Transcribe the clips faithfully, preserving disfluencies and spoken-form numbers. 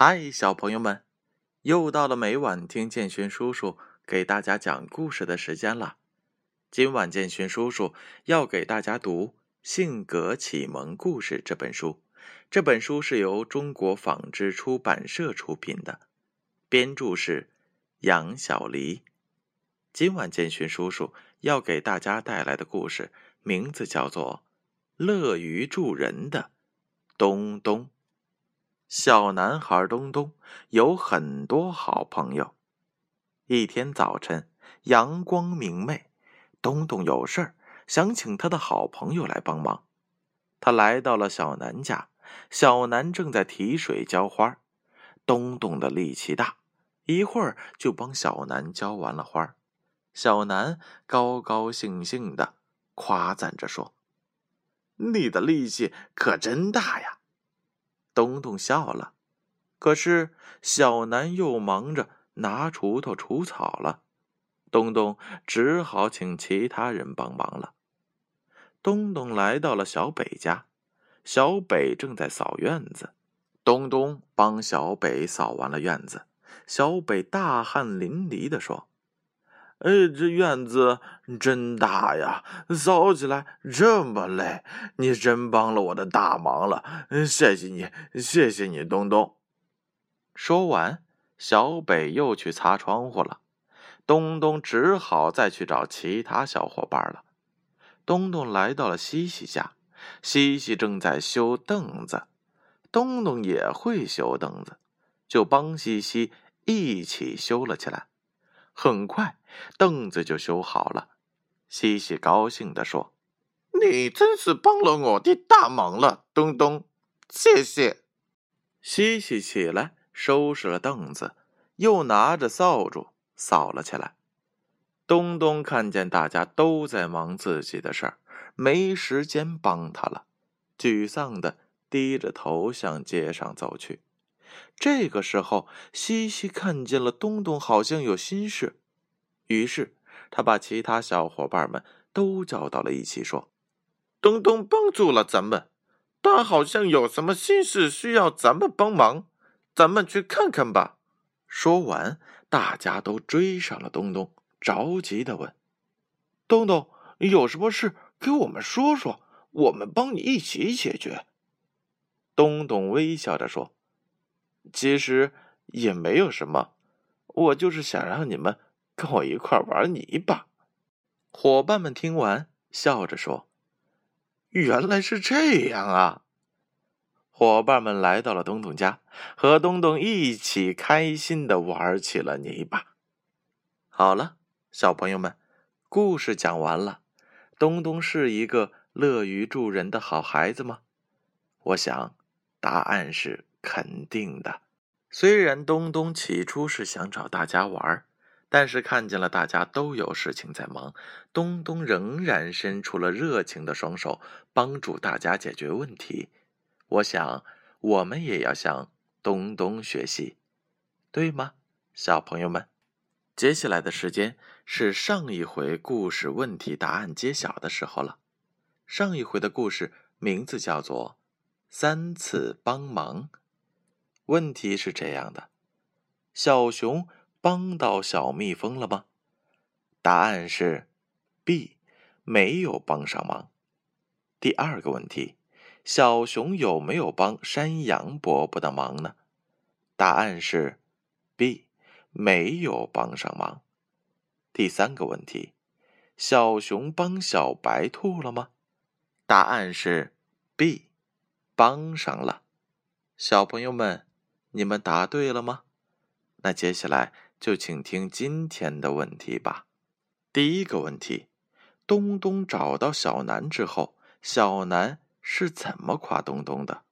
嗨，小朋友们，又到了每晚听建勋叔叔给大家讲故事的时间了。今晚建勋叔叔要给大家读《性格启蒙故事》这本书。这本书是由中国纺织出版社出品的，编著是杨小黎。今晚建勋叔叔要给大家带来的故事名字叫做《乐于助人的东东》。小男孩东东有很多好朋友。一天早晨，阳光明媚，东东有事儿，想请他的好朋友来帮忙。他来到了小南家，小南正在提水浇花。东东的力气大，一会儿就帮小南浇完了花。小南高高兴兴地夸赞着说：“你的力气可真大呀！”东东笑了，可是小南又忙着拿锄头除草了，东东只好请其他人帮忙了。东东来到了小北家，小北正在扫院子，东东帮小北扫完了院子，小北大汗淋漓地说：“哎，这院子真大呀，扫起来这么累，你真帮了我的大忙了，谢谢你，谢谢你，东东。”说完，小北又去擦窗户了，东东只好再去找其他小伙伴了。东东来到了西西家，西西正在修凳子，东东也会修凳子，就帮西西一起修了起来。很快，凳子就修好了。西西高兴地说：“你真是帮了我的大忙了，东东，谢谢。”西西起来收拾了凳子，又拿着扫帚扫了起来。东东看见大家都在忙自己的事儿，没时间帮他了，沮丧地低着头向街上走去。这个时候，西西看见了东东好像有心事，于是他把其他小伙伴们都叫到了一起，说：“东东帮助了咱们，他好像有什么心事需要咱们帮忙，咱们去看看吧。”说完，大家都追上了东东，着急地问：“东东，有什么事给我们说说，我们帮你一起解决。”东东微笑着说：“其实也没有什么，我就是想让你们跟我一块玩泥巴。”伙伴们听完，笑着说：“原来是这样啊！”伙伴们来到了东东家，和东东一起开心地玩起了泥巴。好了，小朋友们，故事讲完了。东东是一个乐于助人的好孩子吗？我想，答案是肯定的。虽然东东起初是想找大家玩，但是看见了大家都有事情在忙，东东仍然伸出了热情的双手，帮助大家解决问题。我想，我们也要向东东学习，对吗，小朋友们？接下来的时间是上一回故事问题答案揭晓的时候了。上一回的故事名字叫做三次帮忙。问题是这样的：小熊帮到小蜜蜂了吗？答案是 B， 没有帮上忙。第二个问题，小熊有没有帮山羊伯伯的忙呢？答案是 B， 没有帮上忙。第三个问题，小熊帮小白兔了吗？答案是 B， 帮上了。小朋友们，你们答对了吗？那接下来就请听今天的问题吧。第一个问题，东东找到小南之后，小南是怎么夸东东的？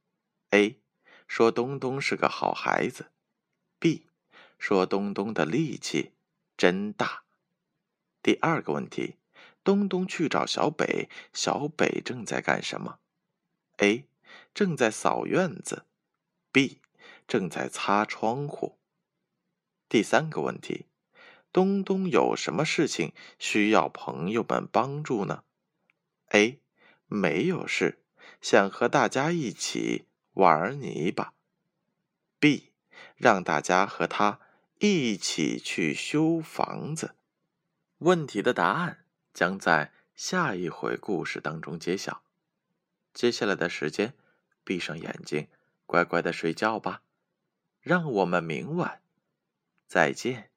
A， 说东东是个好孩子。 B， 说东东的力气真大。第二个问题，东东去找小北，小北正在干什么？ A， 正在扫院子。 B， 正在擦窗户。第三个问题，东东有什么事情需要朋友们帮助呢？ A， 没有事，想和大家一起玩泥巴。 B. 让大家和他一起去修房子。问题的答案将在下一回故事当中揭晓。接下来的时间，闭上眼睛，乖乖的睡觉吧。让我们明晚再见。